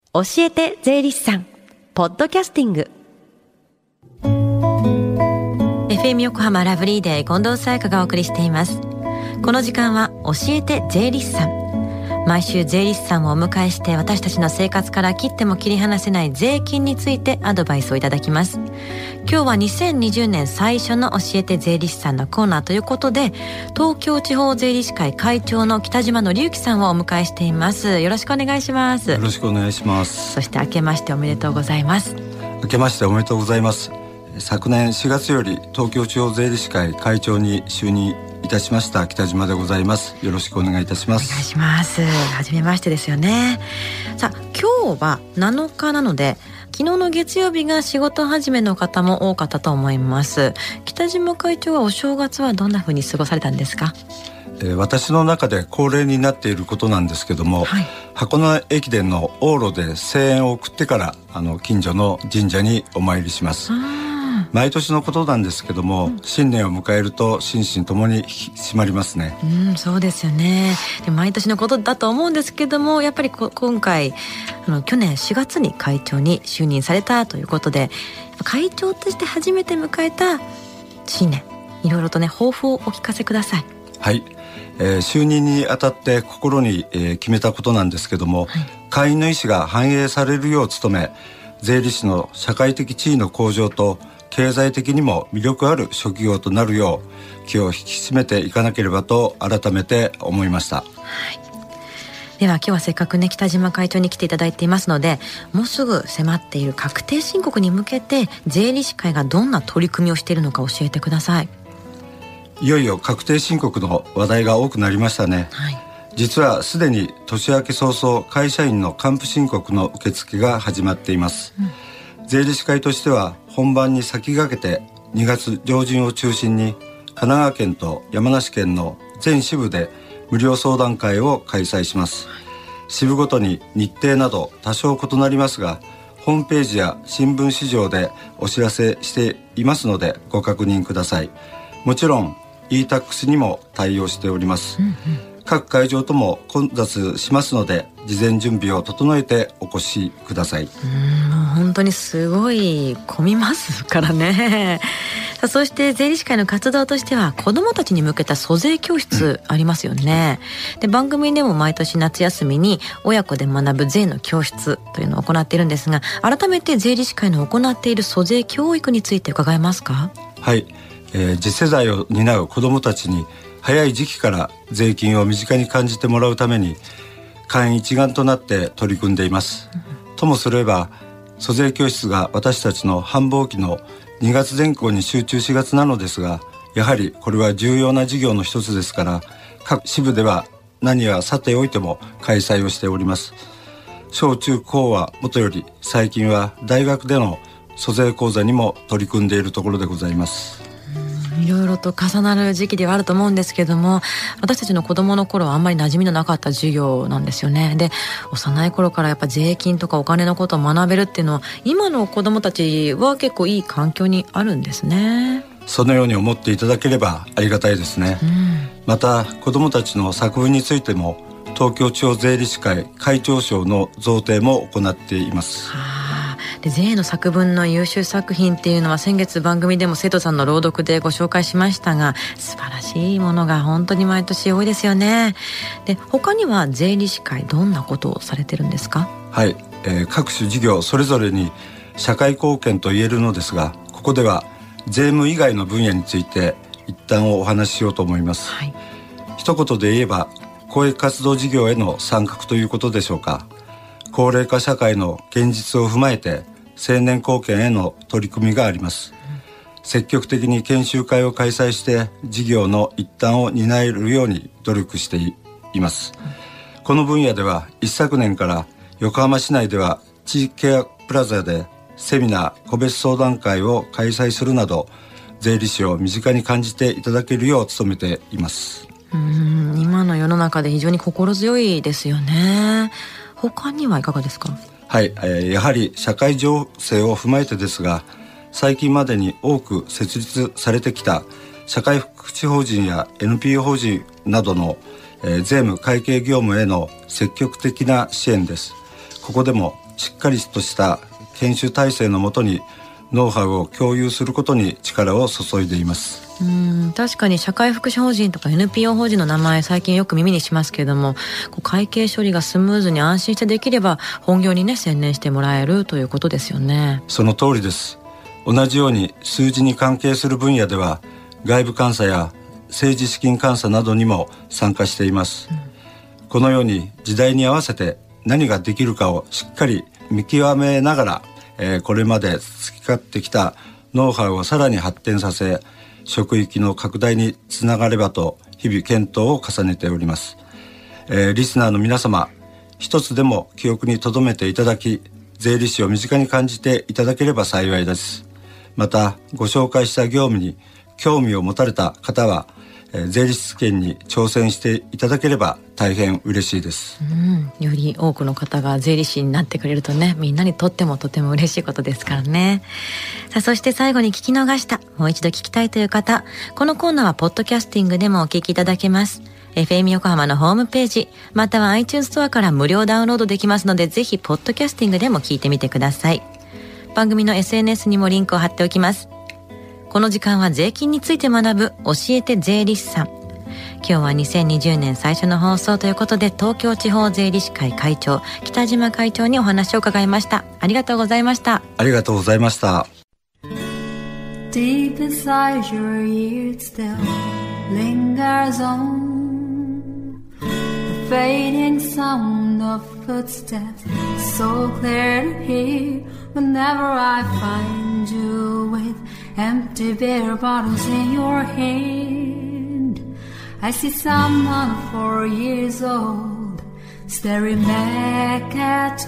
教えて税理士さんポッドキャスティング FM 横浜ラブリーデー近藤沙耶香がお送りしています。この時間は教えて税理士さん。毎週税理士さんをお迎えして私たちの生活から切っても切り離せない税金についてアドバイスをいただきます。今日は2020年最初の教えて税理士さんのコーナーということで、東京地方税理士会会長の北島紀之さんをお迎えしています。よろしくお願いします。 よろしくお願いします。 そして明けましておめでとうございます。 明けましておめでとうございます。昨年4月より東京地方税理士会会長に就任いたしました北島でございます。よろしくお願いいたします。 お願いします。初めましてですよね。さあ今日は7日なので、昨日の月曜日が仕事始めの方も多かったと思います。北島会長はお正月はどんな風に過ごされたんですか？ 私の中で恒例になっていることなんですけども、はい、箱根駅伝の往路で声援を送ってから近所の神社にお参りします。毎年のことなんですけども、新年を迎えると心身ともに引き締まりますね。 そうですよね。で毎年のことだと思うんですけども、やっぱり今回去年4月に会長に就任されたということで、会長として初めて迎えた新年、いろいろとね抱負をお聞かせください。 はい、就任にあたって心に、決めたことなんですけども、はい、会員の意思が反映されるよう努め、税理士の社会的地位の向上と経済的にも魅力ある職業となるよう気を引き締めていかなければと改めて思いました。はい、 では今日はせっかくね北島会長に来ていただいていますので、もうすぐ迫っている確定申告に向けて税理士会がどんな取り組みをしているのか教えてください。 いよいよ確定申告の話題が多くなりましたね。はい、実はすでに年明け早々会社員の還付申告の受付が始まっています。税理士会としては本番に先駆けて2月上旬を中心に神奈川県と山梨県の全支部で無料相談会を開催します。支部ごとに日程など多少異なりますが、ホームページや新聞紙上でお知らせしていますのでご確認ください。もちろん e-tax にも対応しております。各会場とも混雑しますので事前準備を整えてお越しください。 本当にすごい混みますからね。そして税理士会の活動としては子どもたちに向けた租税教室ありますよね。で番組でも毎年夏休みに親子で学ぶ税の教室というのを行っているんですが、改めて税理士会の行っている租税教育について伺えますか？ はい、次世代を担う子どもたちに早い時期から税金を身近に感じてもらうために会員一丸となって取り組んでいます。ともすれば租税教室が私たちの繁忙期の2月前後に集中しがちなのですが、やはりこれは重要な事業の一つですから、各支部では何はさておいても開催をしております。小中高はもとより最近は大学での租税講座にも取り組んでいるところでございます。 いろいろと重なる時期ではあると思うんですけども、私たちの子どもの頃はあんまり馴染みのなかった授業なんですよね。で幼い頃からやっぱ税金とかお金のことを学べるっていうのは今の子どもたちは結構いい環境にあるんですね。 そのように思っていただければありがたいですね。また子どもたちの作文についても東京地方税理士会会長賞の贈呈も行っています。 で税の作文の優秀作品っていうのは先月番組でも生徒さんの朗読でご紹介しましたが、素晴らしいものが本当に毎年多いですよね。で他には税理士会どんなことをされてるんですか？ はい、各種事業それぞれに社会貢献と言えるのですが、ここでは税務以外の分野について一旦お話ししようと思います。はい、一言で言えば公益活動事業への参画ということでしょうか。高齢化社会の現実を踏まえて青年貢献への取り組みがあります。積極的に研修会を開催して事業の一端を担えるように努力しています。この分野では一昨年から横浜市内では地域ケアプラザでセミナー個別相談会を開催するなど税理士を身近に感じていただけるよう努めています。 今の世の中で非常に心強いですよね。他にはいかがですか？ はい、やはり社会情勢を踏まえてですが、最近までに多く設立されてきた社会福祉法人や NPO 法人などの、税務会計業務への積極的な支援です。ここでもしっかりとした研修体制のもとにノウハウを共有することに力を注いでいます。 確かに社会福祉法人とか NPO 法人の名前最近よく耳にしますけれども、会計処理がスムーズに安心してできれば本業にね専念してもらえるということですよね。 その通りです。同じように数字に関係する分野では外部監査や政治資金監査などにも参加しています、このように時代に合わせて何ができるかをしっかり見極めながら、これまで培ってきたノウハウをさらに発展させ、職域の拡大につながればと日々検討を重ねております、リスナーの皆様、一つでも記憶に留めていただき、税理士を身近に感じていただければ幸いです。またご紹介した業務に興味を持たれた方は、税理士試験に挑戦していただければ大変嬉しいです、 より多くの方が税理士になってくれるとね、みんなにとってもとても嬉しいことですからね。さあ、そして最後に聞き逃した、もう一度聞きたいという方、このコーナーはポッドキャスティングでもお聞きいただけます。 FM 横浜のホームページまたは iTunes ストアから無料ダウンロードできますので、ぜひポッドキャスティングでも聞いてみてください。番組の SNS にもリンクを貼っておきます。この時間は税金について学ぶ教えて税理士さん。今日は2020年最初の放送ということで、東京地方税理士会会長北島会長にお話を伺いました。ありがとうございました。 ありがとうございました。 Deep inside your ears still lingers on the fading sound of footsteps, so clear to hear whenever I find you with empty beer bottles in your hand. I see someone 4 years old staring back at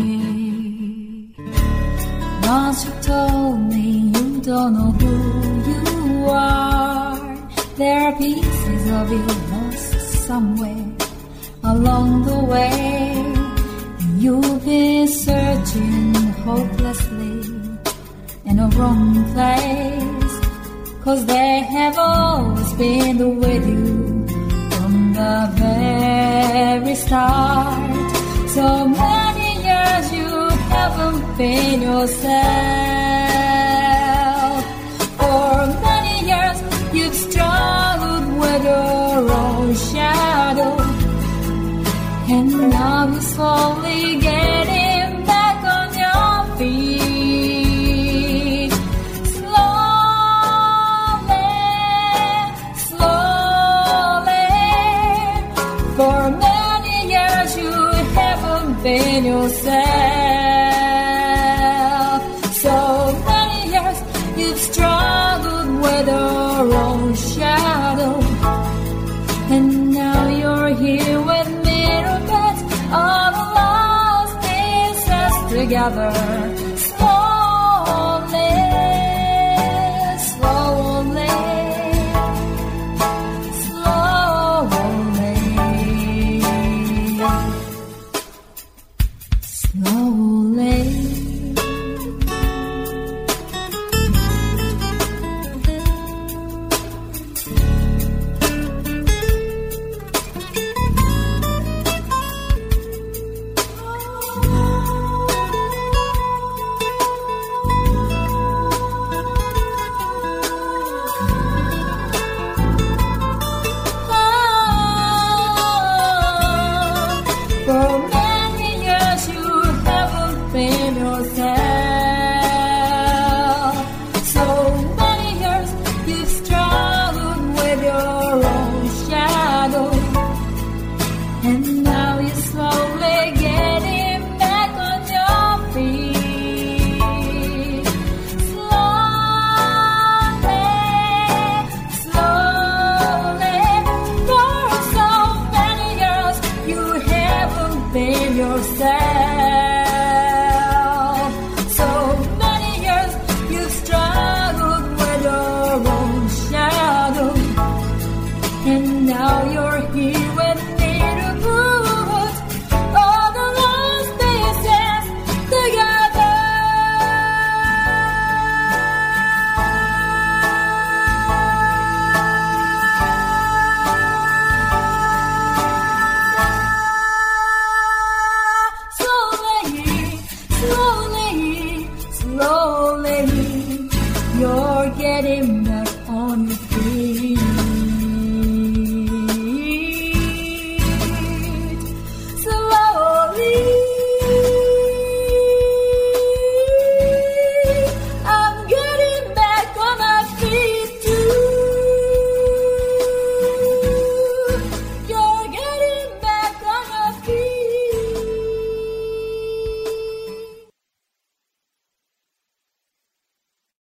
me. Once you told me you don't know who you are, there are pieces of you lost somewhere along the way, and you've been searching hopelessly in a wrong place, 'cause they have always been with you from the very start. So many years you haven't been yourself. For many years you've struggled with your own shadow, and now you're slowly getting back on your feet. Slowly, slowly. For many years you haven't been yourself. So many years you've struggled with your own shadow, and now you're here with me to put all the lost pieces together. Slowly, slowly, slowly, slowly. let him know.